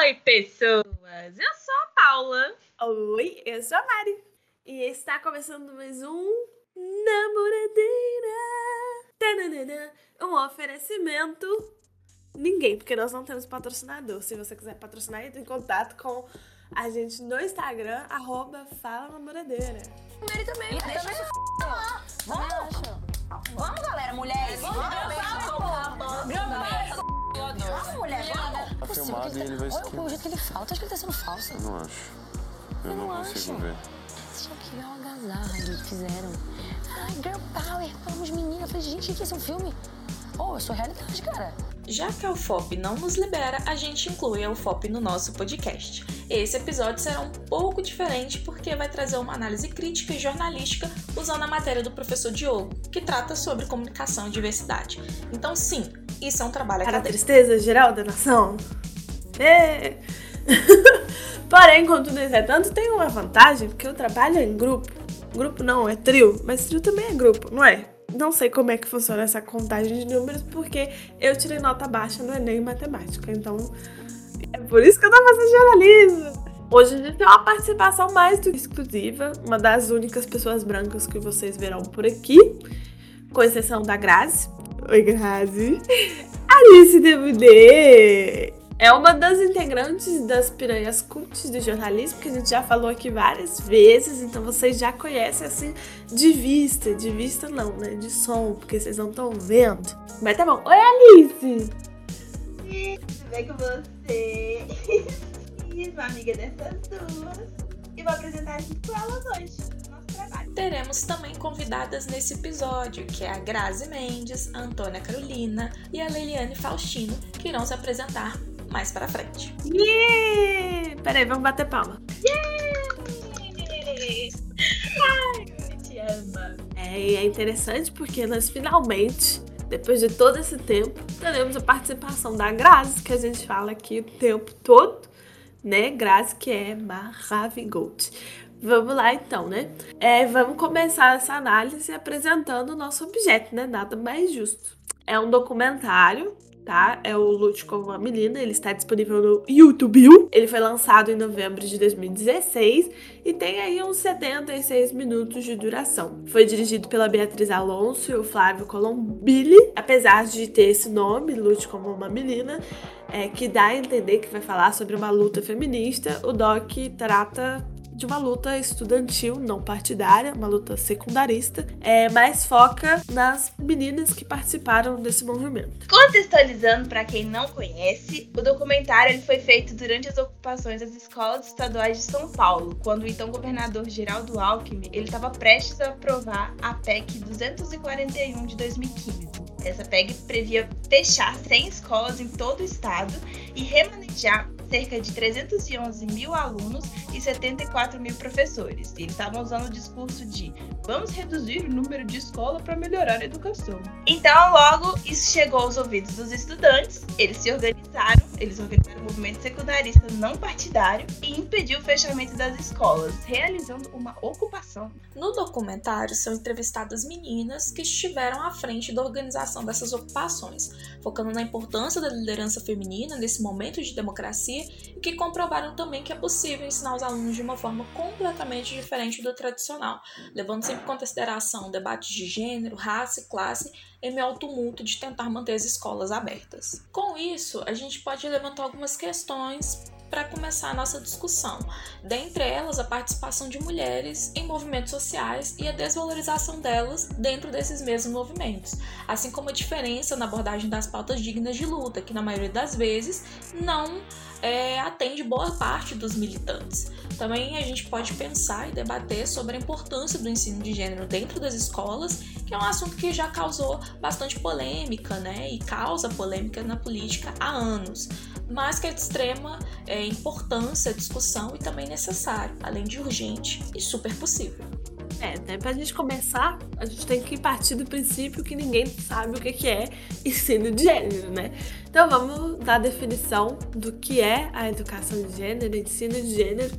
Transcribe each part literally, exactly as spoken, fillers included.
Oi, pessoas! Eu sou a Paula. Oi, eu sou a Mari. E está começando mais um Namoradeira. Tananana. Um oferecimento. Ninguém, porque nós não temos patrocinador. Se você quiser patrocinar, entre em contato com a gente no Instagram, arroba Fala Namoradeira. Ele também, deixa também f***. Vamos? Vamos, galera, mulheres. Vamos, vamos, mulher, vamos. Tá filmado e ele vai se Olha o jeito que ele fala, tu acha que ele tá sendo falso? Eu não acho. Eu, Eu não, não consigo acho. ver. Vocês acham que é uma algazarra que fizeram? Ai, girl power, vamos meninas. Eu falei, gente, o que é esse um filme? Oh, eu sou realidade, cara. Já que a U F O P não nos libera, a gente inclui a U F O P no nosso podcast. Esse episódio será um pouco diferente porque vai trazer uma análise crítica e jornalística usando a matéria do professor Diogo, que trata sobre comunicação e diversidade. Então sim, isso é um trabalho Para a acadêmico. tristeza geral da nação. É. Porém, contudo, entretanto, tem uma vantagem, porque eu trabalho em grupo. Grupo não, é trio, mas trio também é grupo, não é? Não sei como é que funciona essa contagem de números, porque eu tirei nota baixa no Enem em matemática, então é por isso que eu tô fazendo jornalismo. Hoje a gente tem uma participação mais do que exclusiva, uma das únicas pessoas brancas que vocês verão por aqui, com exceção da Grazi. Oi, Grazi. Alice D V D é uma das integrantes das Piranhas Cults de jornalismo, que a gente já falou aqui várias vezes, então vocês já conhecem assim de vista, de vista não, né, de som, porque vocês não estão vendo. Mas tá bom. Oi, Alice! Tudo bem com você? Fiz uma amiga dessas duas e vou apresentar junto com elas hoje o nosso trabalho. Teremos também convidadas nesse episódio, que é a Grazi Mendes, a Antônia Carolina e a Leiliane Faustino, que irão se apresentar mais pra frente. Yeah! Peraí, vamos bater palma. Ai, eu te amo. É, e é interessante porque nós finalmente, depois de todo esse tempo, teremos a participação da Grazi, que a gente fala aqui o tempo todo, né? Grazi, que é maravilhosa. Vamos lá então, né? É, vamos começar essa análise apresentando o nosso objeto, né? Nada mais justo. É um documentário, tá? É o Lute Como Uma Menina, ele está disponível no YouTube. Ele foi lançado em novembro de dois mil e dezesseis e tem aí uns setenta e seis minutos de duração. Foi dirigido pela Beatriz Alonso e o Flávio Colombili. Apesar de ter esse nome, Lute Como Uma Menina, é, que dá a entender que vai falar sobre uma luta feminista, o doc trata de uma luta estudantil, não partidária, uma luta secundarista, é, mas foca nas meninas que participaram desse movimento. Contextualizando para quem não conhece, o documentário ele foi feito durante as ocupações das escolas estaduais de São Paulo, quando o então governador Geraldo Alckmin ele estava prestes a aprovar a P E C duzentos e quarenta e um de dois mil e quinze. Essa P E C previa fechar cem escolas em todo o estado e remanejar cerca de trezentos e onze mil alunos e setenta e quatro mil professores. E eles estavam usando o discurso de vamos reduzir o número de escola para melhorar a educação. Então, logo, isso chegou aos ouvidos dos estudantes, eles se organizaram, eles organizaram um movimento secundarista não partidário e impediu o fechamento das escolas, realizando uma ocupação. No documentário são entrevistadas meninas que estiveram à frente da organização dessas ocupações, focando na importância da liderança feminina nesse momento de democracia e que comprovaram também que é possível ensinar os alunos de uma forma completamente diferente do tradicional, levando sempre em consideração debates de gênero, raça e classe em meio ao tumulto de tentar manter as escolas abertas. Com isso, a gente pode levantar algumas questões para começar a nossa discussão. Dentre elas, a participação de mulheres em movimentos sociais e a desvalorização delas dentro desses mesmos movimentos, assim como a diferença na abordagem das pautas dignas de luta, que na maioria das vezes não é, atende boa parte dos militantes. Também a gente pode pensar e debater sobre a importância do ensino de gênero dentro das escolas, que é um assunto que já causou bastante polêmica, né, e causa polêmica na política há anos, mas que é de extrema é, importância, discussão e também necessário, além de urgente e super possível. É, né, pra gente começar, a gente tem que partir do princípio que ninguém sabe o que é ensino de gênero, né? Então vamos dar a definição do que é a educação de gênero, ensino de gênero,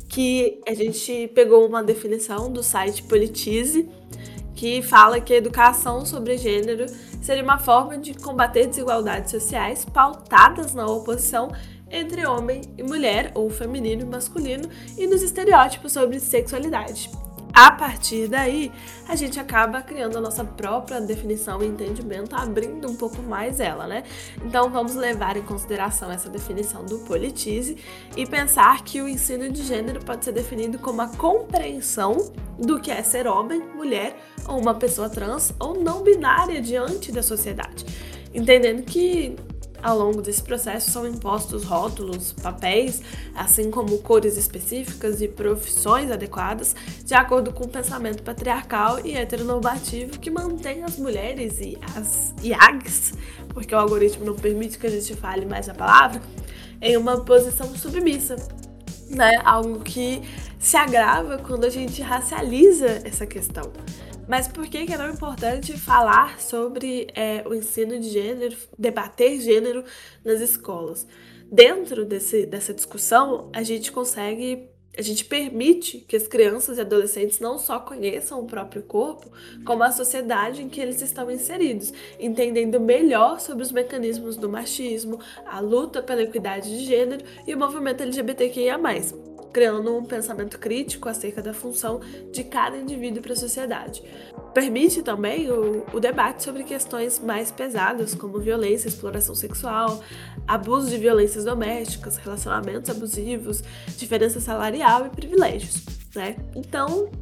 que a gente pegou uma definição do site Politize, que fala que a educação sobre gênero seria uma forma de combater desigualdades sociais pautadas na oposição entre homem e mulher, ou feminino e masculino, e nos estereótipos sobre sexualidade. A partir daí, a gente acaba criando a nossa própria definição e entendimento, abrindo um pouco mais ela, né? Então, vamos levar em consideração essa definição do Politize e pensar que o ensino de gênero pode ser definido como a compreensão do que é ser homem, mulher, ou uma pessoa trans, ou não binária diante da sociedade. Entendendo que ao longo desse processo são impostos rótulos, papéis, assim como cores específicas e profissões adequadas, de acordo com o pensamento patriarcal e heteronormativo que mantém as mulheres e as I A Gs, porque o algoritmo não permite que a gente fale mais a palavra, em uma posição submissa, né? Algo que se agrava quando a gente racializa essa questão. Mas por que que é tão importante falar sobre é, o ensino de gênero, debater gênero nas escolas? Dentro desse, dessa discussão, a gente consegue, a gente permite que as crianças e adolescentes não só conheçam o próprio corpo, como a sociedade em que eles estão inseridos, entendendo melhor sobre os mecanismos do machismo, a luta pela equidade de gênero e o movimento L G B T Q I A mais, criando um pensamento crítico acerca da função de cada indivíduo para a sociedade. Permite também o, o debate sobre questões mais pesadas, como violência, exploração sexual, abuso de violências domésticas, relacionamentos abusivos, diferença salarial e privilégios, né? Então,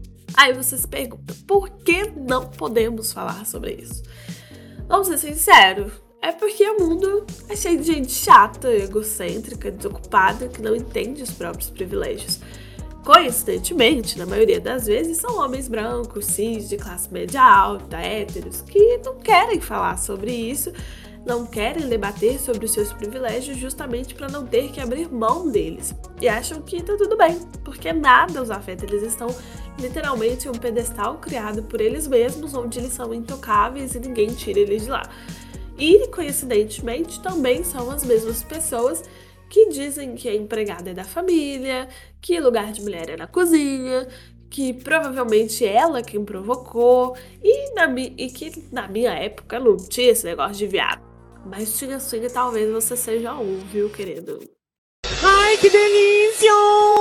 aí você se pergunta, por que não podemos falar sobre isso? Vamos ser sinceros, é porque o mundo é cheio de gente chata, egocêntrica, desocupada, que não entende os próprios privilégios. Coincidentemente, na maioria das vezes, são homens brancos, cis, de classe média alta, héteros, que não querem falar sobre isso, não querem debater sobre os seus privilégios justamente para não ter que abrir mão deles. E acham que tá tudo bem, porque nada os afeta, eles estão literalmente em um pedestal criado por eles mesmos, onde eles são intocáveis e ninguém tira eles de lá. E, coincidentemente, também são as mesmas pessoas que dizem que a empregada é da família, que lugar de mulher é na cozinha, que provavelmente ela quem provocou, e, na mi- e que na minha época não tinha esse negócio de viado. Mas tinha sim, e talvez você seja um, viu, querido? Ai, que delícia!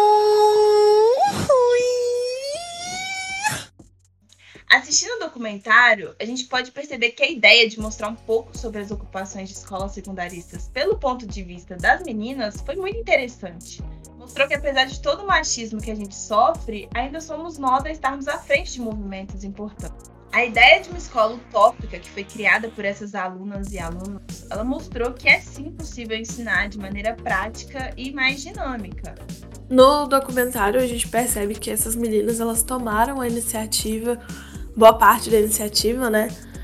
Assistindo o documentário, a gente pode perceber que a ideia de mostrar um pouco sobre as ocupações de escolas secundaristas pelo ponto de vista das meninas foi muito interessante. Mostrou que apesar de todo o machismo que a gente sofre, ainda somos nós a estarmos à frente de movimentos importantes. A ideia de uma escola utópica que foi criada por essas alunas e alunos, ela mostrou que é sim possível ensinar de maneira prática e mais dinâmica. No documentário, a gente percebe que essas meninas, elas tomaram a iniciativa, boa parte da iniciativa, né,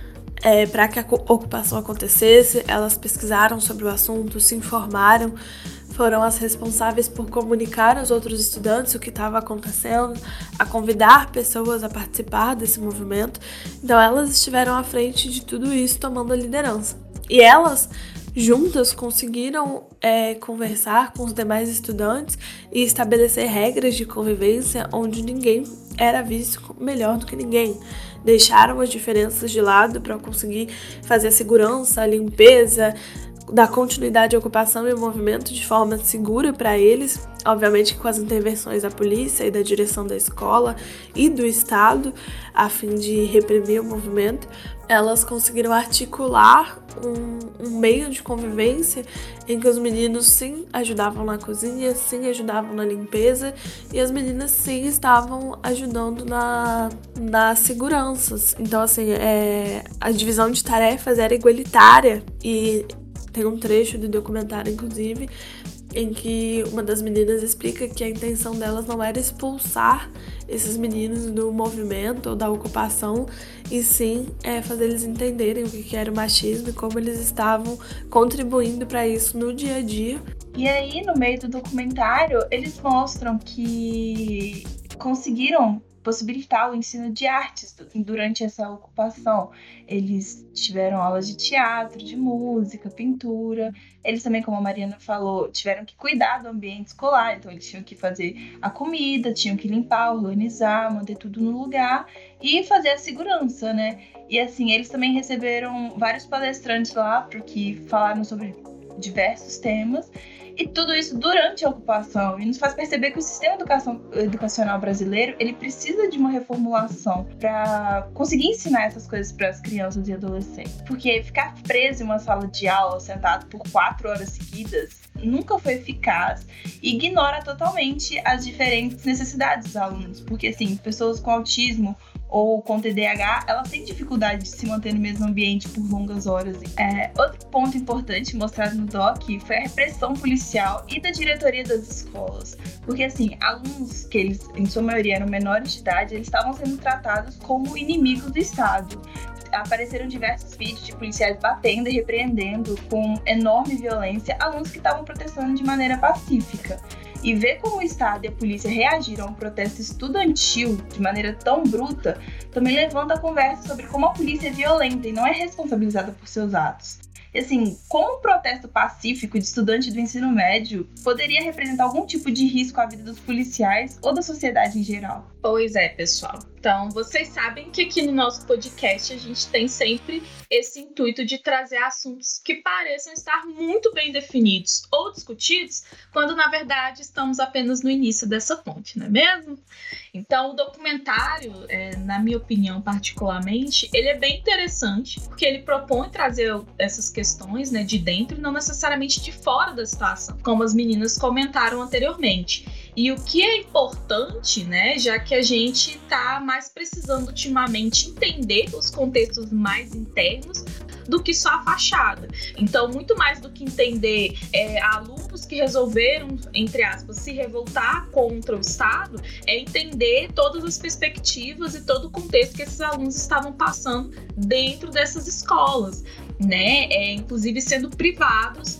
é, para que a ocupação acontecesse. Elas pesquisaram sobre o assunto, se informaram, foram as responsáveis por comunicar aos outros estudantes o que estava acontecendo, a convidar pessoas a participar desse movimento. Então elas estiveram à frente de tudo isso, tomando a liderança. E elas, juntas, conseguiram é, conversar com os demais estudantes e estabelecer regras de convivência onde ninguém era visto melhor do que ninguém. Deixaram as diferenças de lado para conseguir fazer a segurança, a limpeza, dar continuidade à ocupação e ao movimento de forma segura para eles, obviamente com as intervenções da polícia e da direção da escola e do Estado, a fim de reprimir o movimento. Elas conseguiram articular um, um meio de convivência em que os meninos sim ajudavam na cozinha, sim ajudavam na limpeza e as meninas sim estavam ajudando na, nas seguranças. Então, assim, é, a divisão de tarefas era igualitária e tem um trecho do documentário, inclusive, em que uma das meninas explica que a intenção delas não era expulsar esses meninos do movimento ou da ocupação, e sim é, fazer eles entenderem o que era o machismo e como eles estavam contribuindo para isso no dia a dia. E aí, no meio do documentário, eles mostram que conseguiram possibilitar o ensino de artes durante essa ocupação. Eles tiveram aulas de teatro, de música, pintura. Eles também, como a Mariana falou, tiveram que cuidar do ambiente escolar. Então, eles tinham que fazer a comida, tinham que limpar, organizar, manter tudo no lugar e fazer a segurança, né? E assim, eles também receberam vários palestrantes lá, porque falaram sobre diversos temas, e tudo isso durante a ocupação, e nos faz perceber que o sistema educação, educacional brasileiro ele precisa de uma reformulação para conseguir ensinar essas coisas para as crianças e adolescentes. Porque ficar preso em uma sala de aula, sentado por quatro horas seguidas, nunca foi eficaz e ignora totalmente as diferentes necessidades dos alunos. Porque, assim, pessoas com autismo ou com T D A H, elas têm dificuldade de se manter no mesmo ambiente por longas horas. É, outro ponto importante mostrado no doc foi a repressão policial e da diretoria das escolas. Porque, assim, alunos que eles, em sua maioria, eram menores de idade, eles estavam sendo tratados como inimigos do Estado. Apareceram diversos vídeos de policiais batendo e repreendendo com enorme violência alunos que estavam protestando de maneira pacífica. E ver como o Estado e a polícia reagiram a um protesto estudantil de maneira tão bruta também levanta a conversa sobre como a polícia é violenta e não é responsabilizada por seus atos. E assim, como um protesto pacífico de estudante do ensino médio poderia representar algum tipo de risco à vida dos policiais ou da sociedade em geral? Pois é, pessoal. Então, vocês sabem que aqui no nosso podcast a gente tem sempre esse intuito de trazer assuntos que pareçam estar muito bem definidos ou discutidos, quando na verdade estamos apenas no início dessa ponte, não é mesmo? Então, o documentário, é, na minha opinião particularmente, ele é bem interessante, porque ele propõe trazer essas questões, né, de dentro e não necessariamente de fora da situação, como as meninas comentaram anteriormente. E o que é importante, né, já que a gente está mais precisando ultimamente entender os contextos mais internos do que só a fachada. Então, muito mais do que entender é, alunos que resolveram, entre aspas, se revoltar contra o Estado, é entender todas as perspectivas e todo o contexto que esses alunos estavam passando dentro dessas escolas, né? É, inclusive sendo privados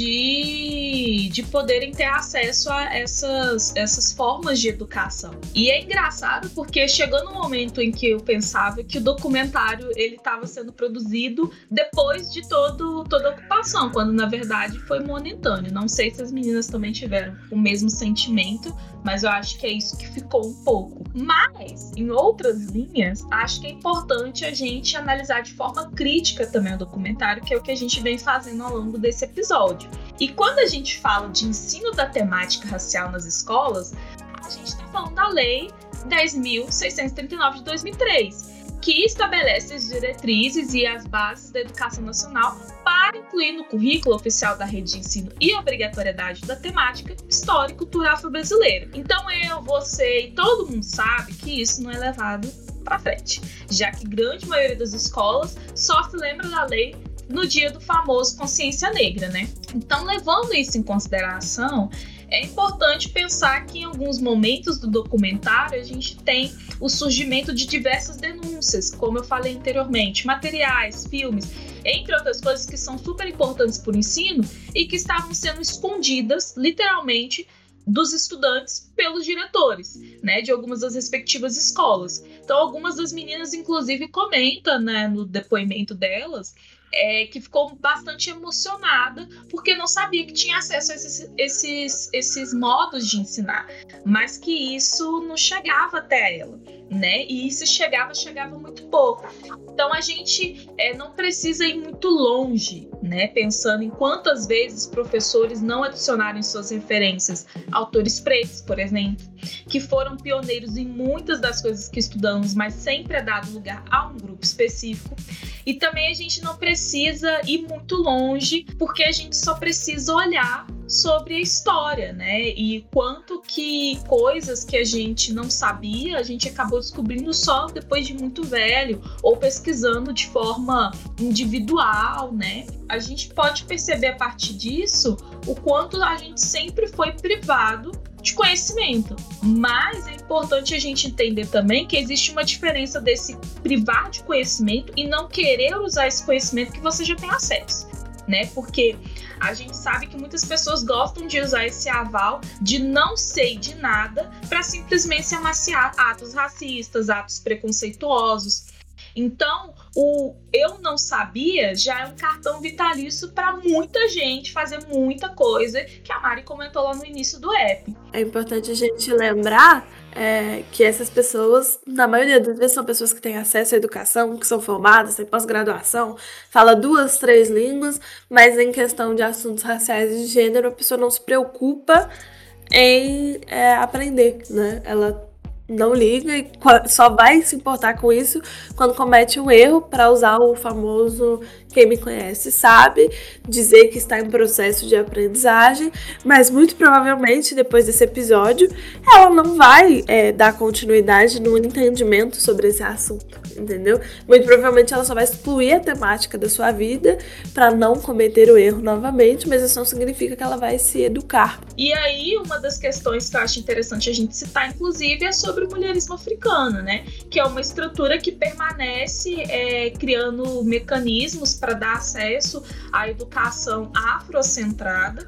de, de poderem ter acesso a essas, essas formas de educação. E é engraçado porque chegou no momento em que eu pensava que o documentário ele estava sendo produzido depois de todo, toda a ocupação, quando na verdade foi momentâneo. Não sei se as meninas também tiveram o mesmo sentimento, mas eu acho que é isso que ficou um pouco. Mas, em outras linhas, acho que é importante a gente analisar de forma crítica também o documentário, que é o que a gente vem fazendo ao longo desse episódio. E quando a gente fala de ensino da temática racial nas escolas, a gente está falando da Lei dez mil seiscentos e trinta e nove de dois mil e três, que estabelece as diretrizes e as bases da educação nacional para incluir no currículo oficial da rede de ensino e obrigatoriedade da temática história e cultura afro-brasileira. Então eu, você e todo mundo sabe que isso não é levado para frente, já que grande maioria das escolas só se lembra da lei no dia do famoso Consciência Negra, né? Então, levando isso em consideração, é importante pensar que em alguns momentos do documentário a gente tem o surgimento de diversas denúncias, como eu falei anteriormente, materiais, filmes, entre outras coisas que são super importantes para o ensino e que estavam sendo escondidas, literalmente, dos estudantes pelos diretores, né, de algumas das respectivas escolas. Então, algumas das meninas, inclusive, comentam, né, no depoimento delas, É, que ficou bastante emocionada porque não sabia que tinha acesso a esses, esses, esses modos de ensinar, mas que isso não chegava até ela, né? E se chegava, chegava muito pouco. Então a gente é, não precisa ir muito longe, né? Pensando em quantas vezes professores não adicionaram em suas referências autores pretos, por exemplo, que foram pioneiros em muitas das coisas que estudamos, mas sempre é dado lugar a um grupo específico. E também a gente não precisa ir muito longe, porque a gente só precisa olhar sobre a história, né? E quanto que coisas que a gente não sabia, a gente acabou descobrindo só depois de muito velho, ou pesquisando de forma individual, né? A gente pode perceber a partir disso o quanto a gente sempre foi privado de conhecimento, mas é importante a gente entender também que existe uma diferença desse privar de conhecimento e não querer usar esse conhecimento que você já tem acesso, né? Porque a gente sabe que muitas pessoas gostam de usar esse aval de não sei de nada para simplesmente amaciar atos racistas, atos preconceituosos. Então, o eu não sabia já é um cartão vitalício para muita gente fazer muita coisa, que a Mari comentou lá no início do app. É importante a gente lembrar é, que essas pessoas, na maioria das vezes, são pessoas que têm acesso à educação, que são formadas, têm pós-graduação, fala duas, três línguas, mas em questão de assuntos raciais e de gênero, a pessoa não se preocupa em é, aprender, né? Ela não liga e só vai se importar com isso quando comete um erro, para usar o famoso quem me conhece sabe, dizer que está em processo de aprendizagem, mas muito provavelmente depois desse episódio ela não vai é, dar continuidade no entendimento sobre esse assunto, entendeu? Muito provavelmente ela só vai excluir a temática da sua vida para não cometer o erro novamente, mas isso não significa que ela vai se educar. E aí, uma das questões que eu acho interessante a gente citar, inclusive, é sobre o mulherismo africano, né? Que é uma estrutura que permanece é, criando mecanismos para dar acesso à educação afrocentrada,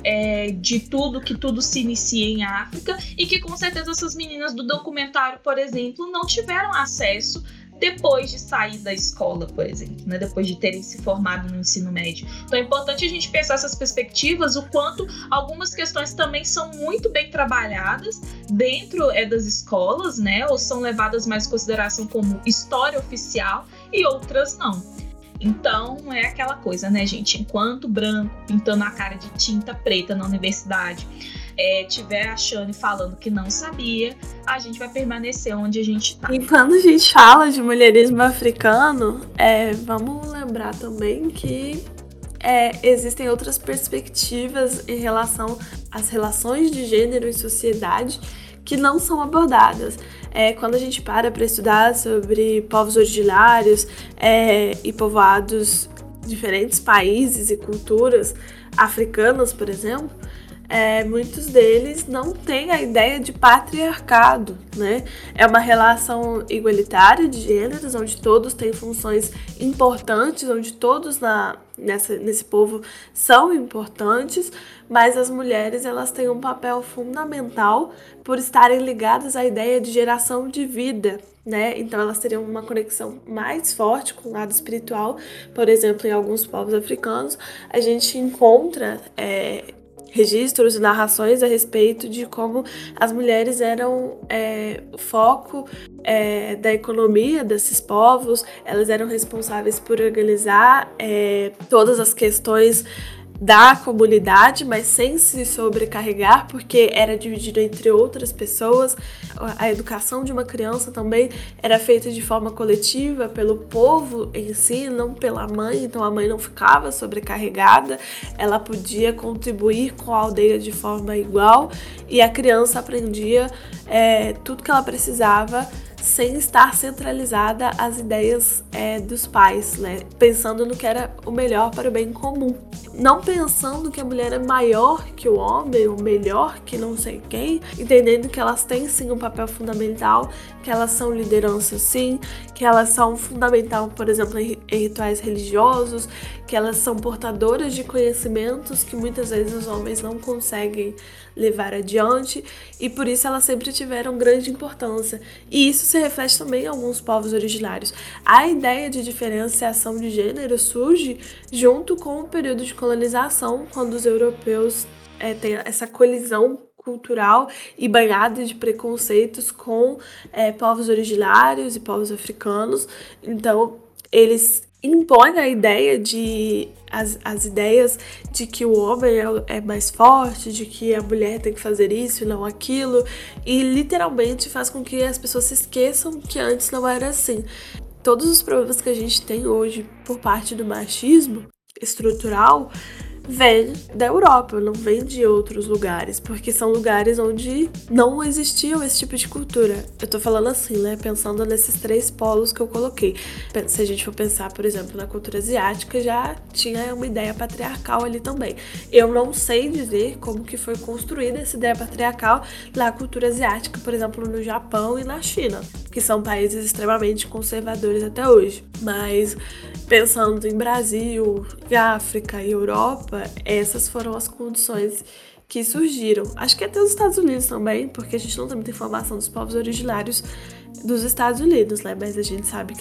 é, de tudo, que tudo se inicia em África, e que com certeza essas meninas do documentário, por exemplo, não tiveram acesso depois de sair da escola, por exemplo, né? Depois de terem se formado no ensino médio. Então é importante a gente pensar essas perspectivas, o quanto algumas questões também são muito bem trabalhadas dentro é, das escolas, né? Ou são levadas mais em consideração como história oficial, e outras não. Então é aquela coisa, né, gente? Enquanto branco pintando a cara de tinta preta na universidade é, tiver achando e falando que não sabia, a gente vai permanecer onde a gente tá. E quando a gente fala de mulherismo africano, é, vamos lembrar também que é, existem outras perspectivas em relação às relações de gênero em sociedade que não são abordadas. É, quando a gente para para estudar sobre povos originários é, e povoados de diferentes países e culturas africanas, por exemplo, é, muitos deles não têm a ideia de patriarcado, né? É uma relação igualitária de gêneros, onde todos têm funções importantes, onde todos na, nessa, nesse povo são importantes, mas as mulheres elas têm um papel fundamental por estarem ligadas à ideia de geração de vida, né? Então elas teriam uma conexão mais forte com o lado espiritual. Por exemplo, em alguns povos africanos, a gente encontra é, registros e narrações a respeito de como as mulheres eram é, o foco é, da economia desses povos, elas eram responsáveis por organizar é, todas as questões da comunidade, mas sem se sobrecarregar, porque era dividido entre outras pessoas. A educação de uma criança também era feita de forma coletiva pelo povo em si, não pela mãe, então a mãe não ficava sobrecarregada, ela podia contribuir com a aldeia de forma igual, e a criança aprendia é, tudo que ela precisava sem estar centralizada às ideias é, dos pais, né? Pensando no que era o melhor para o bem comum. Não pensando que a mulher é maior que o homem, ou melhor que não sei quem, entendendo que elas têm sim um papel fundamental, que elas são liderança sim, que elas são fundamental, por exemplo, em rituais religiosos, que elas são portadoras de conhecimentos que muitas vezes os homens não conseguem levar adiante, e por isso elas sempre tiveram grande importância. E isso se reflete também em alguns povos originários. A ideia de diferenciação de gênero surge junto com o período de colonização, quando os europeus é, têm essa colisão cultural e banhada de preconceitos com é, povos originários e povos africanos. Então, eles impõe a ideia de as, as ideias de que o homem é, é mais forte, de que a mulher tem que fazer isso e não aquilo, e literalmente faz com que as pessoas se esqueçam que antes não era assim. Todos os problemas que a gente tem hoje por parte do machismo estrutural vem da Europa, não vem de outros lugares, porque são lugares onde não existiam esse tipo de cultura. Eu tô falando assim, né, pensando nesses três polos que eu coloquei. Se a gente for pensar, por exemplo, na cultura asiática, já tinha uma ideia patriarcal ali também. Eu não sei dizer como que foi construída essa ideia patriarcal na cultura asiática, por exemplo, no Japão e na China, que são países extremamente conservadores até hoje. Mas pensando em Brasil, em África e Europa, essas foram as condições que surgiram. Acho que até os Estados Unidos também, porque a gente não tem muita informação dos povos originários dos Estados Unidos, né? Mas a gente sabe que eles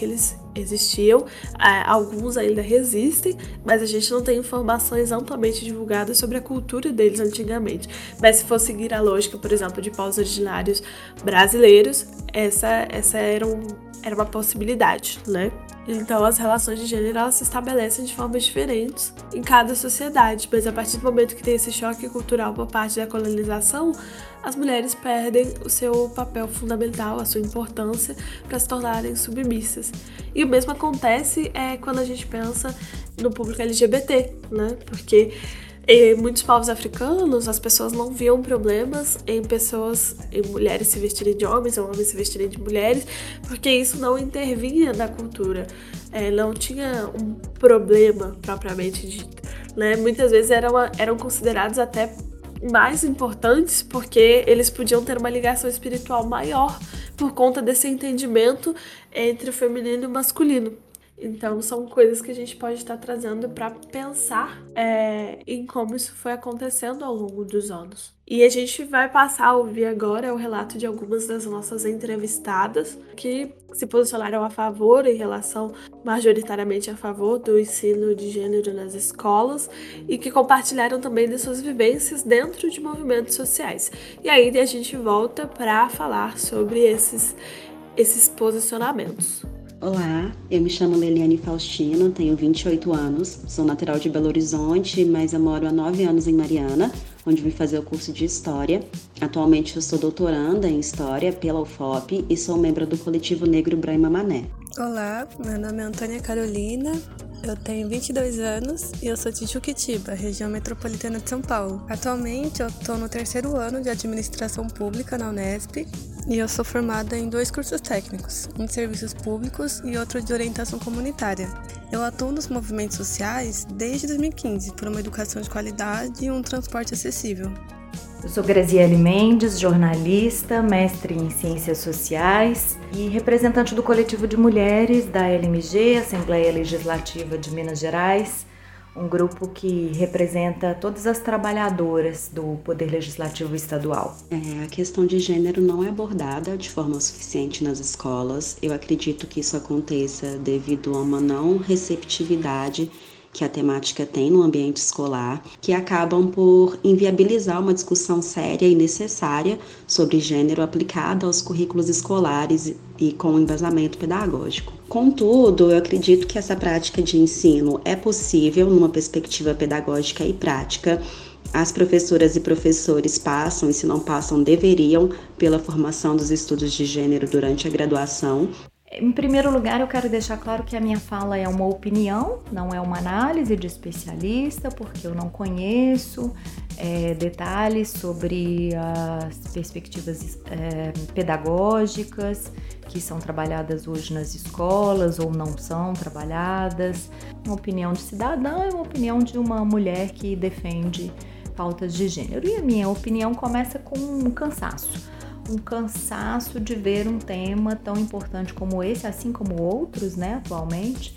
existiam, alguns ainda resistem, mas a gente não tem informações amplamente divulgadas sobre a cultura deles antigamente. Mas se for seguir a lógica, por exemplo, de povos originários brasileiros, essa, essa era, um, era uma possibilidade, né? Então as relações de gênero elas se estabelecem de formas diferentes em cada sociedade, mas a partir do momento que tem esse choque cultural por parte da colonização, as mulheres perdem o seu papel fundamental, a sua importância para se tornarem submissas. E o mesmo acontece é, quando a gente pensa no público L G B T, né? Porque em muitos povos africanos, as pessoas não viam problemas em pessoas, em mulheres se vestirem de homens ou homens se vestirem de mulheres, porque isso não intervinha na cultura, é, não tinha um problema propriamente dito, né? Muitas vezes eram, eram considerados até mais importantes porque eles podiam ter uma ligação espiritual maior por conta desse entendimento entre o feminino e o masculino. Então, são coisas que a gente pode estar trazendo para pensar é, em como isso foi acontecendo ao longo dos anos. E a gente vai passar a ouvir agora o relato de algumas das nossas entrevistadas que se posicionaram a favor, em relação majoritariamente a favor do ensino de gênero nas escolas e que compartilharam também de suas vivências dentro de movimentos sociais. E aí a gente volta para falar sobre esses, esses posicionamentos. Olá, eu me chamo Leliane Faustino, tenho vinte e oito anos, sou natural de Belo Horizonte, mas eu moro há nove anos em Mariana, onde vim fazer o curso de História. Atualmente eu sou doutoranda em História pela U F O P e sou membro do coletivo negro Braima Mané. Olá, meu nome é Antônia Carolina, eu tenho vinte e dois anos e eu sou de Juquitiba, região metropolitana de São Paulo. Atualmente eu estou no terceiro ano de Administração Pública na Unesp e eu sou formada em dois cursos técnicos, um de Serviços Públicos e outro de Orientação Comunitária. Eu atuo nos movimentos sociais desde dois mil e quinze por uma educação de qualidade e um transporte acessível. Eu sou Graziele Mendes, jornalista, mestre em Ciências Sociais e representante do coletivo de mulheres da L M G, Assembleia Legislativa de Minas Gerais, um grupo que representa todas as trabalhadoras do Poder Legislativo Estadual. É, a questão de gênero não é abordada de forma suficiente nas escolas. Eu acredito que isso aconteça devido a uma não receptividade que a temática tem no ambiente escolar, que acabam por inviabilizar uma discussão séria e necessária sobre gênero aplicada aos currículos escolares e com embasamento pedagógico. Contudo, eu acredito que essa prática de ensino é possível numa perspectiva pedagógica e prática. As professoras e professores passam, e se não passam, deveriam, pela formação dos estudos de gênero durante a graduação. Em primeiro lugar, eu quero deixar claro que a minha fala é uma opinião, não é uma análise de especialista, porque eu não conheço é, detalhes sobre as perspectivas é, pedagógicas que são trabalhadas hoje nas escolas ou não são trabalhadas. Uma opinião de cidadã é uma opinião de uma mulher que defende pautas de gênero. E a minha opinião começa com um cansaço. Um cansaço de ver um tema tão importante como esse, assim como outros, né, atualmente,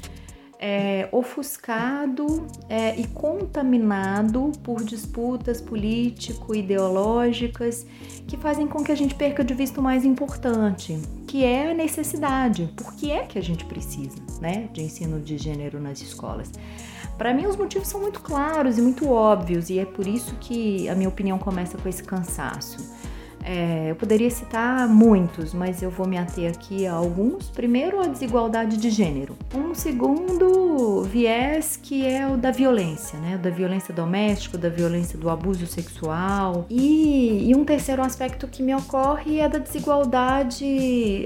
é, ofuscado é, e contaminado por disputas político-ideológicas que fazem com que a gente perca de vista o mais importante, que é a necessidade. Por que é que a gente precisa, né, de ensino de gênero nas escolas? Para mim, os motivos são muito claros e muito óbvios, e é por isso que a minha opinião começa com esse cansaço. É, eu poderia citar muitos, mas eu vou me ater aqui a alguns. Primeiro, a desigualdade de gênero. Um segundo viés que é o da violência, né? O da violência doméstica, da violência do abuso sexual. E, e um terceiro aspecto que me ocorre é da desigualdade,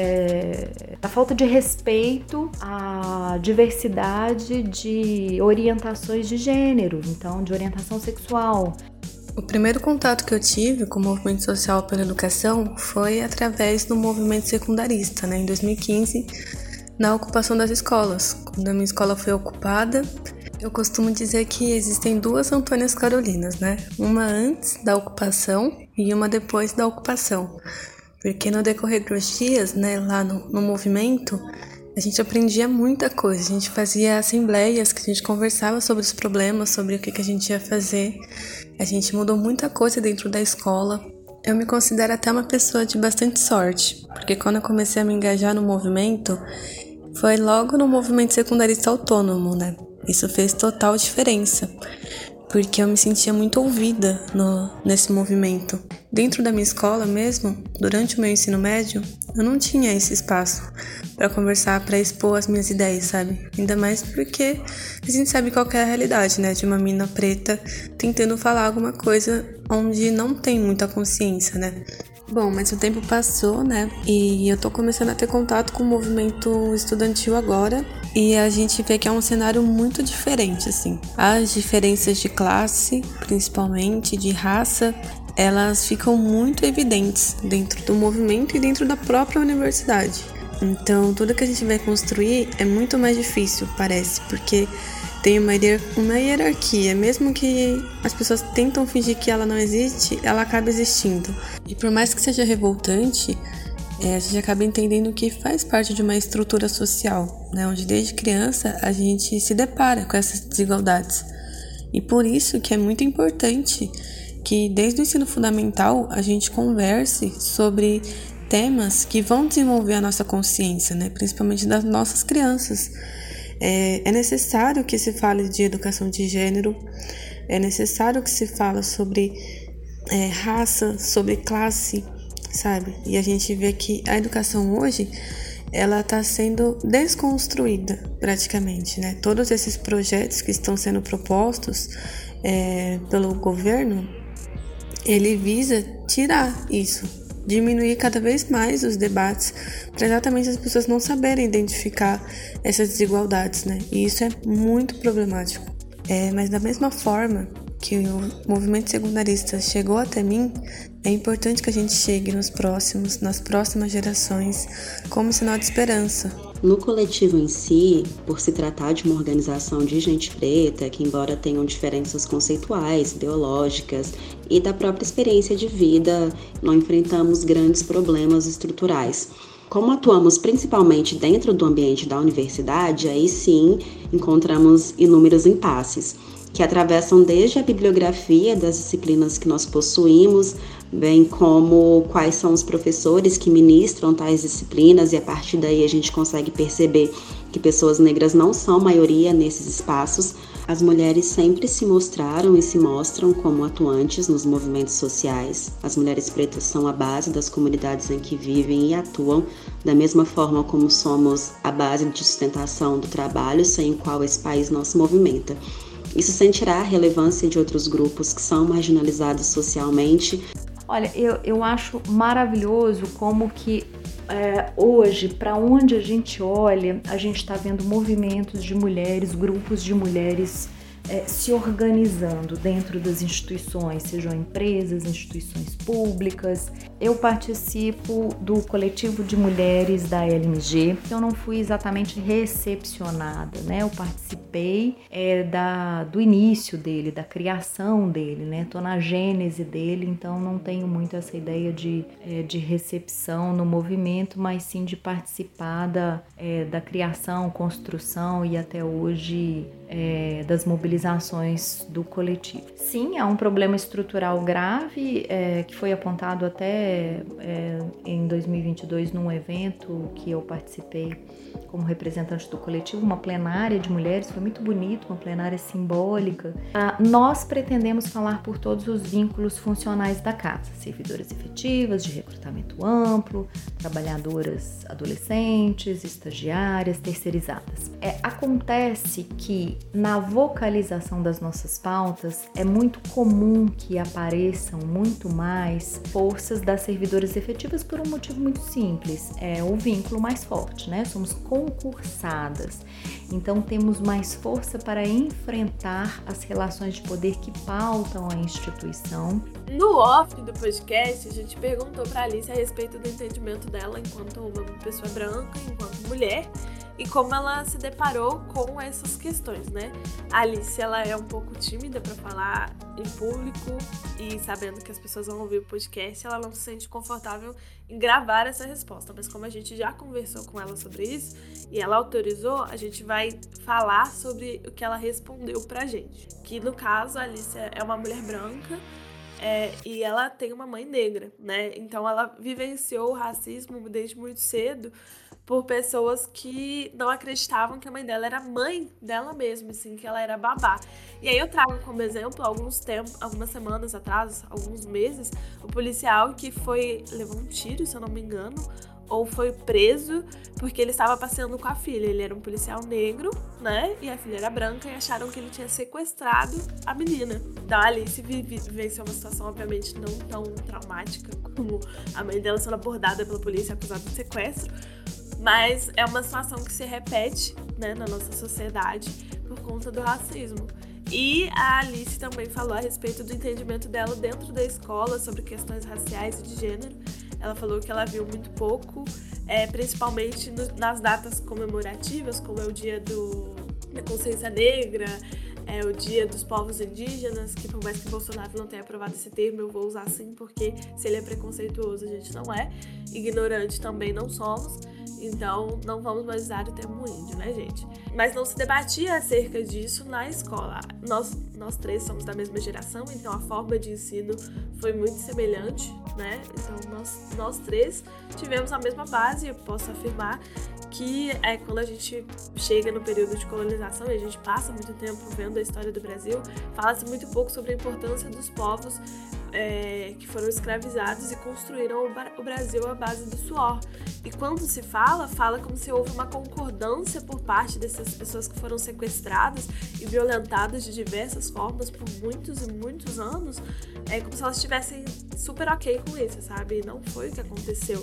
é, da falta de respeito à diversidade de orientações de gênero, então de orientação sexual. O primeiro contato que eu tive com o movimento social pela educação foi através do movimento secundarista, né, em dois mil e quinze, na ocupação das escolas. Quando a minha escola foi ocupada, eu costumo dizer que existem duas Antônias Carolinas, né? Uma antes da ocupação e uma depois da ocupação. Porque no decorrer dos dias, né, lá no, no movimento, a gente aprendia muita coisa. A gente fazia assembleias que a gente conversava sobre os problemas, sobre o que, que a gente ia fazer. A gente mudou muita coisa dentro da escola. Eu me considero até uma pessoa de bastante sorte, porque quando eu comecei a me engajar no movimento, foi logo no movimento secundarista autônomo, né? Isso fez total diferença, porque eu me sentia muito ouvida no, nesse movimento. Dentro da minha escola mesmo, durante o meu ensino médio, eu não tinha esse espaço para conversar, para expor as minhas ideias, sabe? Ainda mais porque a gente sabe qual que é a realidade, né? De uma mina preta tentando falar alguma coisa onde não tem muita consciência, né? Bom, mas o tempo passou, né? E eu tô começando a ter contato com o movimento estudantil agora. E a gente vê que é um cenário muito diferente, assim. As diferenças de classe, principalmente de raça, elas ficam muito evidentes dentro do movimento e dentro da própria universidade. Então, tudo que a gente vai construir é muito mais difícil, parece, porque tem uma, hier- uma hierarquia. Mesmo que as pessoas tentam fingir que ela não existe, ela acaba existindo. E por mais que seja revoltante, é, a gente acaba entendendo que faz parte de uma estrutura social, né, onde desde criança a gente se depara com essas desigualdades. E por isso que é muito importante que desde o ensino fundamental a gente converse sobre temas que vão desenvolver a nossa consciência, né, principalmente das nossas crianças. É, é necessário que se fale de educação de gênero, é necessário que se fale sobre é, raça, sobre classe, sabe? E a gente vê que a educação hoje, ela está sendo desconstruída praticamente, né? Todos esses projetos que estão sendo propostos é, pelo governo, ele visa tirar isso, diminuir cada vez mais os debates para exatamente as pessoas não saberem identificar essas desigualdades, né? E isso é muito problemático. É, mas da mesma forma que o movimento secundarista chegou até mim, é importante que a gente chegue nos próximos, nas próximas gerações, como sinal de esperança. No coletivo em si, por se tratar de uma organização de gente preta, que embora tenham diferenças conceituais, ideológicas e da própria experiência de vida, não enfrentamos grandes problemas estruturais. Como atuamos principalmente dentro do ambiente da universidade, aí sim encontramos inúmeros impasses, que atravessam desde a bibliografia das disciplinas que nós possuímos, bem como quais são os professores que ministram tais disciplinas, e a partir daí a gente consegue perceber que pessoas negras não são maioria nesses espaços. As mulheres sempre se mostraram e se mostram como atuantes nos movimentos sociais. As mulheres pretas são a base das comunidades em que vivem e atuam, da mesma forma como somos a base de sustentação do trabalho sem o qual esse país não se movimenta. Isso sem tirar a relevância de outros grupos que são marginalizados socialmente. Olha, eu, eu acho maravilhoso como que é, hoje, para onde a gente olha, a gente está vendo movimentos de mulheres, grupos de mulheres é, se organizando dentro das instituições, sejam empresas, instituições públicas. Eu participo do coletivo de mulheres da L M G. Eu não fui exatamente recepcionada, né? Eu participei é, da, do início dele, da criação dele, né? Tô na gênese dele, então não tenho muito essa ideia de, é, de recepção no movimento, mas sim de participar da, é, da criação, construção e até hoje é, das mobilizações do coletivo. Sim, há um problema estrutural grave é, que foi apontado até É, em dois mil e vinte e dois, num evento que eu participei como representante do coletivo, uma plenária de mulheres, foi muito bonito, uma plenária simbólica. Ah, nós pretendemos falar por todos os vínculos funcionais da casa, servidoras efetivas, de recrutamento amplo, trabalhadoras adolescentes, estagiárias, terceirizadas. É, acontece que na vocalização das nossas pautas é muito comum que apareçam muito mais forças das servidoras efetivas por um motivo muito simples, é o vínculo mais forte, né? Somos concursadas, então temos mais força para enfrentar as relações de poder que pautam a instituição. No off do podcast, a gente perguntou para Alice a respeito do entendimento dela enquanto uma pessoa branca, enquanto mulher, e como ela se deparou com essas questões, né? A Alice, ela é um pouco tímida para falar em público e sabendo que as pessoas vão ouvir o podcast, ela não se sente confortável em gravar essa resposta, mas como a gente já conversou com ela sobre isso e ela autorizou, a gente vai falar sobre o que ela respondeu pra gente, que no caso a Alice é uma mulher branca É, e ela tem uma mãe negra, né? Então ela vivenciou o racismo desde muito cedo por pessoas que não acreditavam que a mãe dela era mãe dela mesma, assim, que ela era babá. E aí eu trago como exemplo, alguns tempos, algumas semanas atrás, alguns meses, o policial que foi, levou um tiro, se eu não me engano, ou foi preso porque ele estava passeando com a filha. Ele era um policial negro, né? E a filha era branca e acharam que ele tinha sequestrado a menina. Então a Alice vivenciou uma situação, obviamente, não tão traumática como a mãe dela sendo abordada pela polícia acusada de sequestro, mas é uma situação que se repete, né, na nossa sociedade por conta do racismo. E a Alice também falou a respeito do entendimento dela dentro da escola sobre questões raciais e de gênero. Ela falou que ela viu muito pouco, é, principalmente no, nas datas comemorativas, como é o dia do, da consciência negra, é o dia dos povos indígenas, que por mais que Bolsonaro não tenha aprovado esse termo, eu vou usar assim, porque se ele é preconceituoso, a gente não é. Ignorante também não somos. Então, não vamos mais usar o termo índio, né, gente? Mas não se debatia acerca disso na escola. Nós, nós três somos da mesma geração, então a forma de ensino foi muito semelhante, né? Então, nós, nós três tivemos a mesma base. Eu posso afirmar que é quando a gente chega no período de colonização e a gente passa muito tempo vendo a história do Brasil, fala-se muito pouco sobre a importância dos povos é, que foram escravizados e construíram o Brasil à base do suor. E quando se fala, fala como se houve uma concordância por parte dessas pessoas que foram sequestradas e violentadas de diversas formas por muitos e muitos anos, é como se elas estivessem super ok com isso, sabe? E não foi o que aconteceu.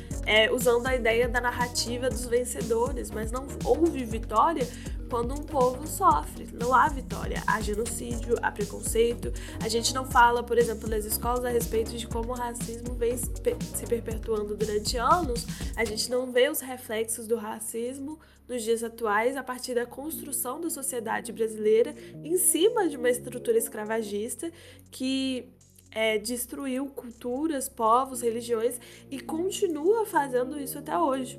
É, usando a ideia da narrativa dos vencedores, mas não houve vitória quando um povo sofre. Não há vitória. Há genocídio, há preconceito. A gente não fala, por exemplo, nas escolas a respeito de como o racismo vem se perpetuando durante anos. A gente não vê os reflexos do racismo nos dias atuais a partir da construção da sociedade brasileira em cima de uma estrutura escravagista que É, destruiu culturas, povos, religiões e continua fazendo isso até hoje.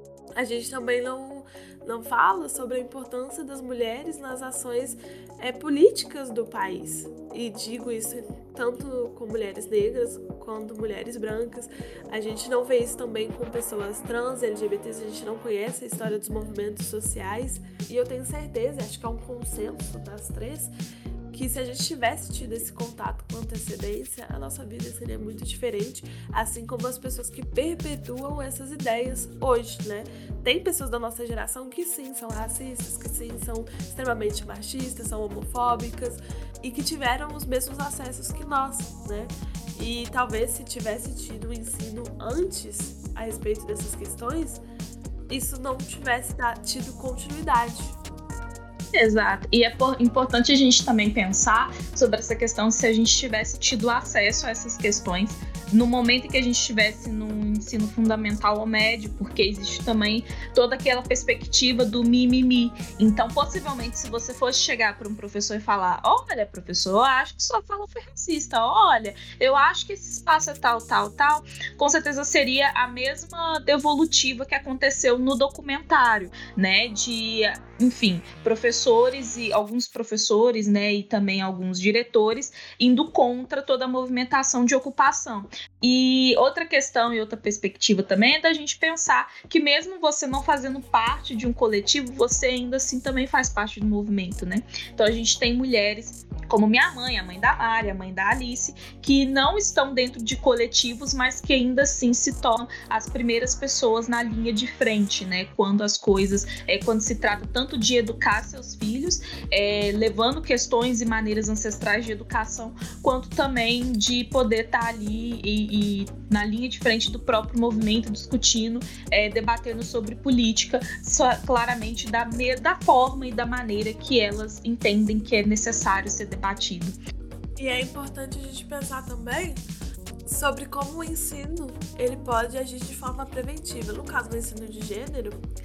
A gente também não, não fala sobre a importância das mulheres nas ações é, políticas do país. E digo isso tanto com mulheres negras quanto mulheres brancas. A gente não vê isso também com pessoas trans, L G B Ts, a gente não conhece a história dos movimentos sociais. E eu tenho certeza, acho que é um consenso das três, que se a gente tivesse tido esse contato com antecedência, a nossa vida seria muito diferente, assim como as pessoas que perpetuam essas ideias hoje, né? Tem pessoas da nossa geração que sim, são racistas, que sim, são extremamente machistas, são homofóbicas e que tiveram os mesmos acessos que nós, né? E talvez se tivesse tido um ensino antes a respeito dessas questões, isso não tivesse tido continuidade. Exato, e é importante a gente também pensar sobre essa questão se a gente tivesse tido acesso a essas questões no momento em que a gente estivesse no ensino fundamental ou médio, porque existe também toda aquela perspectiva do mimimi. Então, possivelmente, se você fosse chegar para um professor e falar: olha, professor, eu acho que sua fala foi racista, olha, eu acho que esse espaço é tal, tal, tal, com certeza seria a mesma devolutiva que aconteceu no documentário, né, de, enfim, professores e alguns professores, né, e também alguns diretores indo contra toda a movimentação de ocupação. E outra questão e outra perspectiva também é da gente pensar que mesmo você não fazendo parte de um coletivo, você ainda assim também faz parte do movimento, né? Então a gente tem mulheres como minha mãe, a mãe da Mari, a mãe da Alice, que não estão dentro de coletivos, mas que ainda assim se tornam as primeiras pessoas na linha de frente, né? Quando as coisas, é, quando se trata tanto de educar seus filhos, é, levando questões e maneiras ancestrais de educação, quanto também de poder estar ali e, e na linha de frente do próprio movimento, discutindo, é, debatendo sobre política, só, claramente da, da forma e da maneira que elas entendem que é necessário ser debatido. E é importante a gente pensar também sobre como o ensino ele pode agir de forma preventiva. No caso do ensino de gênero,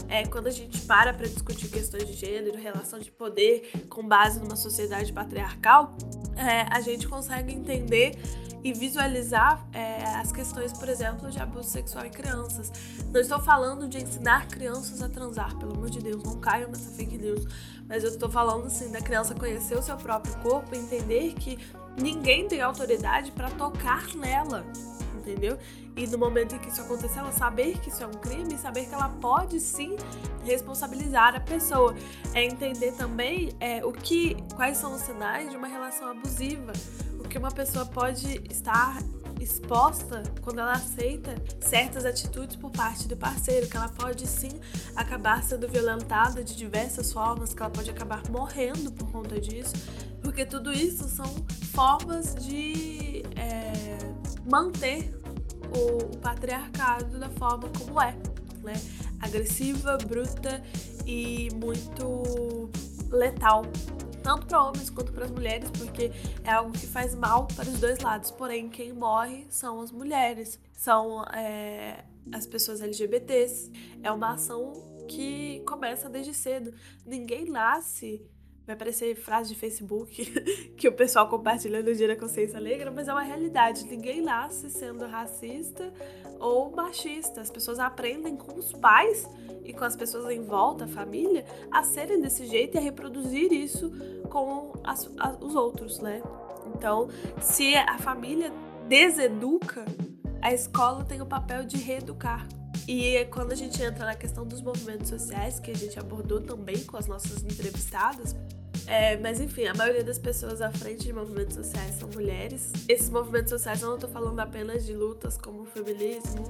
é, quando a gente para para discutir questões de gênero, relação de poder com base numa sociedade patriarcal, é, a gente consegue entender e visualizar é, as questões, por exemplo, de abuso sexual em crianças. Não estou falando de ensinar crianças a transar, pelo amor de Deus, não caiam nessa fake news, mas eu estou falando, assim, da criança conhecer o seu próprio corpo e entender que ninguém tem autoridade para tocar nela, entendeu? E no momento em que isso acontecer, ela saber que isso é um crime e saber que ela pode, sim, responsabilizar a pessoa. É entender também é, o que, quais são os sinais de uma relação abusiva, o que uma pessoa pode estar exposta quando ela aceita certas atitudes por parte do parceiro, que ela pode sim acabar sendo violentada de diversas formas, que ela pode acabar morrendo por conta disso, porque tudo isso são formas de é, manter o, o patriarcado da forma como é, né? Agressiva, bruta e muito letal, tanto para homens quanto para as mulheres, porque é algo que faz mal para os dois lados. Porém, quem morre são as mulheres, são é, as pessoas L G B Ts. É uma ação que começa desde cedo. Ninguém nasce... Vai aparecer frase de Facebook que o pessoal compartilha no Dia da Consciência Negra, mas é uma realidade. Ninguém nasce sendo racista ou machista. As pessoas aprendem com os pais e com as pessoas em volta, a família, a serem desse jeito e a reproduzir isso com as, a, os outros, né? Então, se a família deseduca, a escola tem o papel de reeducar. E quando a gente entra na questão dos movimentos sociais, que a gente abordou também com as nossas entrevistadas, é, mas enfim, a maioria das pessoas à frente de movimentos sociais são mulheres. Esses movimentos sociais, eu não estou falando apenas de lutas como o feminismo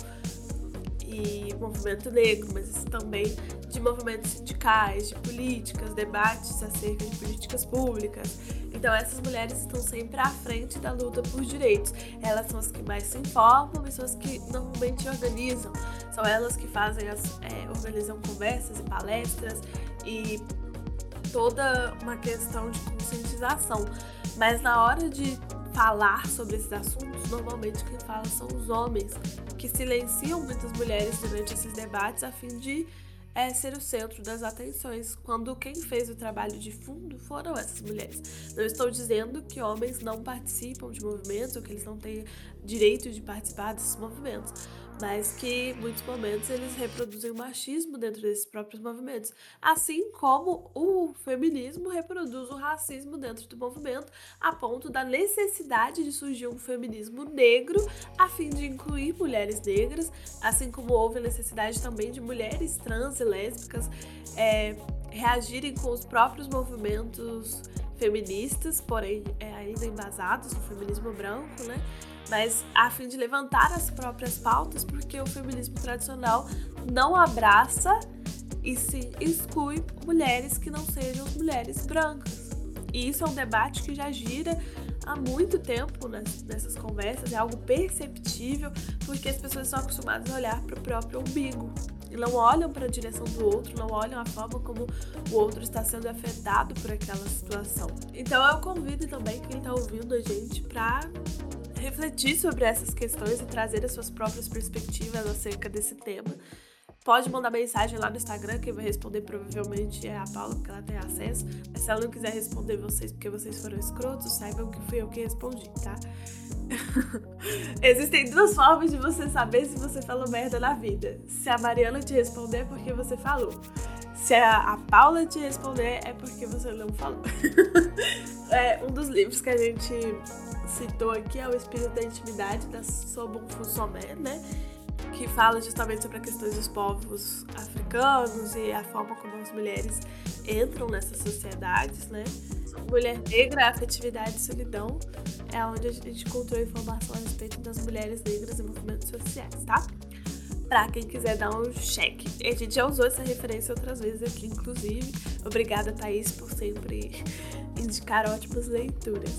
e movimento negro, mas também de movimentos sindicais, de políticas, debates acerca de políticas públicas. Então essas mulheres estão sempre à frente da luta por direitos. Elas são as que mais se informam e são as que normalmente organizam. São elas que fazem as, é, organizam conversas e palestras e toda uma questão de conscientização. Mas na hora de falar sobre esses assuntos, normalmente quem fala são os homens, que silenciam muitas mulheres durante esses debates a fim de é, ser o centro das atenções, quando quem fez o trabalho de fundo foram essas mulheres. Não estou dizendo que homens não participam de movimentos ou que eles não têm direito de participar desses movimentos, mas que em muitos momentos eles reproduzem o machismo dentro desses próprios movimentos, assim como o feminismo reproduz o racismo dentro do movimento, a ponto da necessidade de surgir um feminismo negro a fim de incluir mulheres negras, assim como houve a necessidade também de mulheres trans e lésbicas é, reagirem com os próprios movimentos feministas, porém é, ainda embasados no feminismo branco, né? Mas a fim de levantar as próprias pautas, porque o feminismo tradicional não abraça e sim exclui mulheres que não sejam mulheres brancas. E isso é um debate que já gira há muito tempo nessas conversas, é algo perceptível, porque as pessoas são acostumadas a olhar para o próprio umbigo e não olham para a direção do outro, não olham a forma como o outro está sendo afetado por aquela situação. Então eu convido também quem está ouvindo a gente para refletir sobre essas questões e trazer as suas próprias perspectivas acerca desse tema. Pode mandar mensagem lá no Instagram, quem vai responder provavelmente é a Paula, porque ela tem acesso. Mas se ela não quiser responder vocês porque vocês foram escrotos, saibam que fui eu que respondi, tá? Existem duas formas de você saber se você falou merda na vida. Se a Mariana te responder é porque você falou. Se a, a Paula te responder é porque você não falou. É, um dos livros que a gente citou aqui é O Espírito da Intimidade, da Sobon Fusomé, né? Que fala justamente sobre as questões dos povos africanos e a forma como as mulheres entram nessas sociedades, né? Mulher Negra, Afetividade e Solidão é onde a gente encontrou informação a respeito das mulheres negras e movimentos sociais, tá? Pra quem quiser dar um check. A gente já usou essa referência outras vezes aqui, inclusive. Obrigada, Thaís, por sempre indicar ótimas leituras.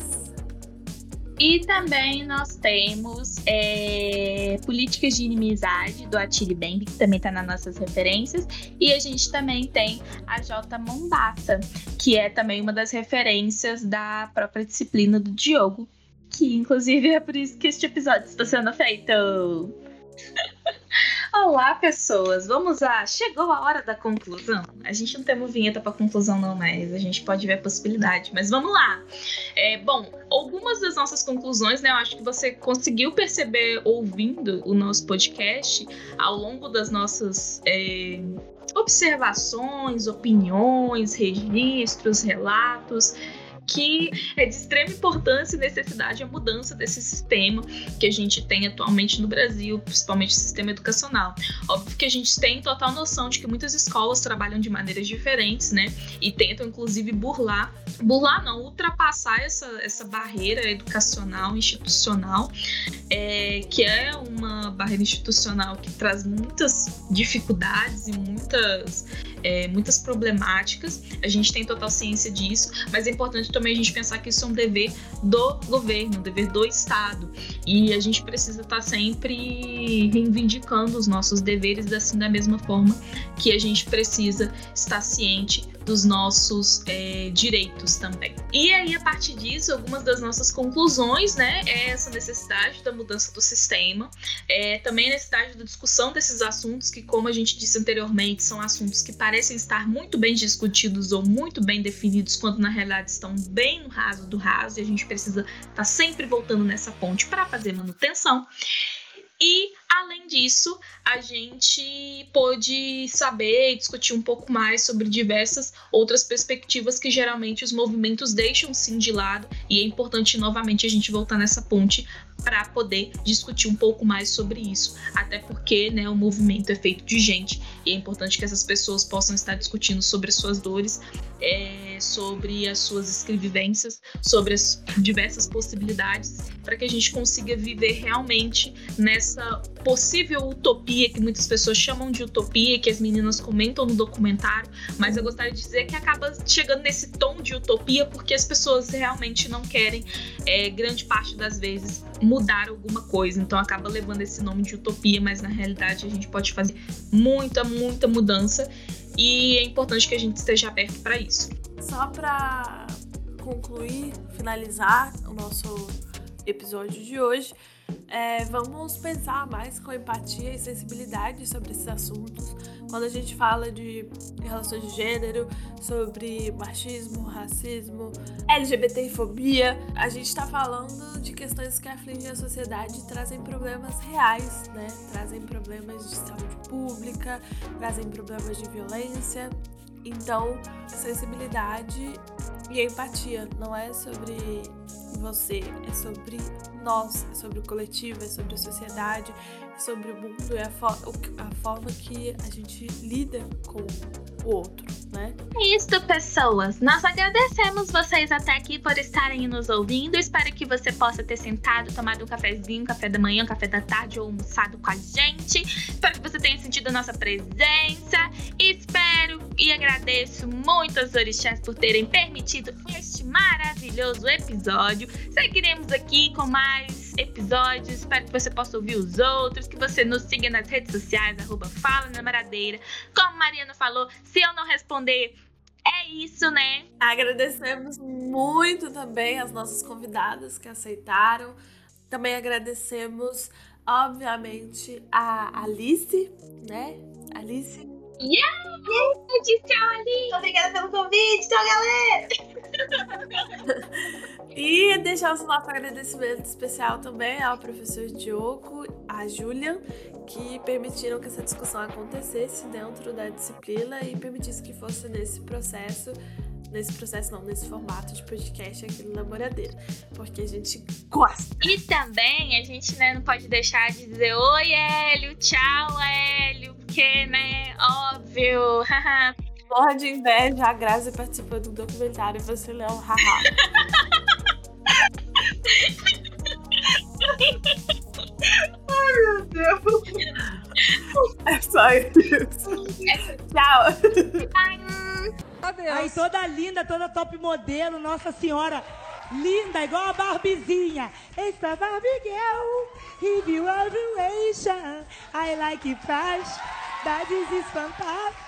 E também nós temos é, Políticas de Inimizade, do Attili Bembe, que também está nas nossas referências. E a gente também tem a J. Mombassa, que é também uma das referências da própria disciplina do Diogo, que inclusive é por isso que este episódio está sendo feito. Olá, pessoas! Vamos lá! Chegou a hora da conclusão. A gente não tem uma vinheta pra conclusão não, mas a gente pode ver a possibilidade. Mas vamos lá! É, bom, algumas das nossas conclusões, né? Eu acho que você conseguiu perceber ouvindo o nosso podcast ao longo das nossas é, observações, opiniões, registros, relatos, que é de extrema importância e necessidade a mudança desse sistema que a gente tem atualmente no Brasil, principalmente o sistema educacional. Óbvio que a gente tem total noção de que muitas escolas trabalham de maneiras diferentes, né? E tentam, inclusive, burlar, burlar não, ultrapassar essa, essa barreira educacional, institucional, é, que é uma barreira institucional que traz muitas dificuldades e muitas, é, muitas problemáticas. A gente tem total ciência disso, mas é importante também a gente pensar que isso é um dever do governo, um dever do Estado, e a gente precisa estar sempre reivindicando os nossos deveres, assim da mesma forma que a gente precisa estar ciente dos nossos é, direitos também. E aí, a partir disso, algumas das nossas conclusões, né, é essa necessidade da mudança do sistema, é, também a necessidade da discussão desses assuntos que, como a gente disse anteriormente, são assuntos que parecem estar muito bem discutidos ou muito bem definidos, quando na realidade estão bem no raso do raso, e a gente precisa estar sempre voltando nessa ponte para fazer manutenção. E, além disso, a gente pôde saber e discutir um pouco mais sobre diversas outras perspectivas que geralmente os movimentos deixam sim de lado, e é importante novamente a gente voltar nessa ponte para poder discutir um pouco mais sobre isso, até porque, né, o movimento é feito de gente e é importante que essas pessoas possam estar discutindo sobre as suas dores, é, sobre as suas escrevivências, sobre as diversas possibilidades, para que a gente consiga viver realmente nessa possível utopia que muitas pessoas chamam de utopia, que as meninas comentam no documentário, mas eu gostaria de dizer que acaba chegando nesse tom de utopia porque as pessoas realmente não querem, é, grande parte das vezes, mudar alguma coisa, então acaba levando esse nome de utopia, mas na realidade a gente pode fazer muita, muita mudança, e é importante que a gente esteja aberto para isso. Só para concluir, finalizar o nosso episódio de hoje, é, vamos pensar mais com empatia e sensibilidade sobre esses assuntos. Quando a gente fala de relações de gênero, sobre machismo, racismo, L G B T fobia, a gente está falando de questões que afligem a sociedade e trazem problemas reais, né? Trazem problemas de saúde pública, trazem problemas de violência. Então, sensibilidade e empatia não é sobre você, é sobre nós, é sobre o coletivo, é sobre a sociedade, é sobre o mundo, é a, fo- a forma que a gente lida com o outro, né? É isso, pessoas. Nós agradecemos vocês até aqui por estarem nos ouvindo. Espero que você possa ter sentado, tomado um cafezinho, um café da manhã, um café da tarde ou almoçado com a gente. Espero que você tenha sentido a nossa presença. Espero e agradeço muito aos orixás por terem permitido este maravilhoso episódio. Seguiremos aqui com mais episódios. Espero que você possa ouvir os outros, que você nos siga nas redes sociais, arroba Fala Namoradeira. Como a Mariana falou, se eu não responder, é isso, né? Agradecemos muito também as nossas convidadas que aceitaram. Também agradecemos, obviamente, a Alice, né? Alice. Yeah! Tchau, Alice! Obrigada pelo convite, tchau, galera! E deixamos o nosso agradecimento especial também ao professor Diogo, a Julian, que permitiram que essa discussão acontecesse dentro da disciplina e permitisse que fosse nesse processo, nesse processo não, nesse formato de podcast aqui no Namoradeira, porque a gente gosta. E também a gente, né, não pode deixar de dizer oi, Hélio, tchau, Hélio, porque, né, óbvio, haha. Morra de inveja, a Grazi participou do documentário e você leu um haha. Ai, meu Deus. É só isso. Tchau. Aí toda linda, toda top modelo, Nossa Senhora. Linda, igual a Barbizinha. It's a Barbie girl. If you are I like it fast. That is fantastic.